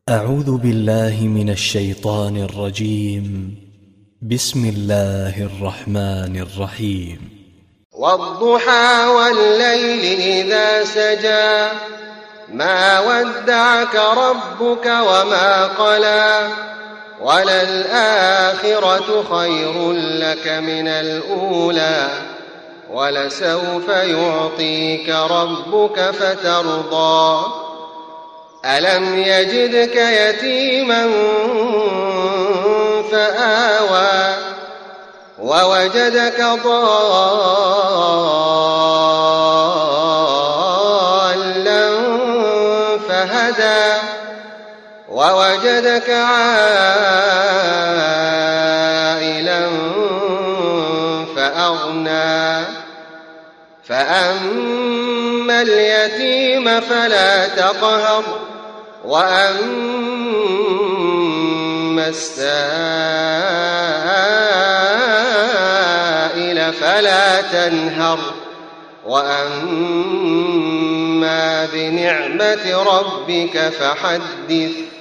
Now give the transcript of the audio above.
أعوذ بالله من الشيطان الرجيم. بسم الله الرحمن الرحيم. والضحى والليل إذا سجى ما ودعك ربك وما قلى وللآخرة خير لك من الأولى ولسوف يعطيك ربك فترضى ألم يجدك يتيما فآوى ووجدك ضالا فهدى ووجدك عائلا فأغنى فأما اليتيم فلا تقهر وأما السائل فلا تنهر وأما بنعمة ربك فحدث.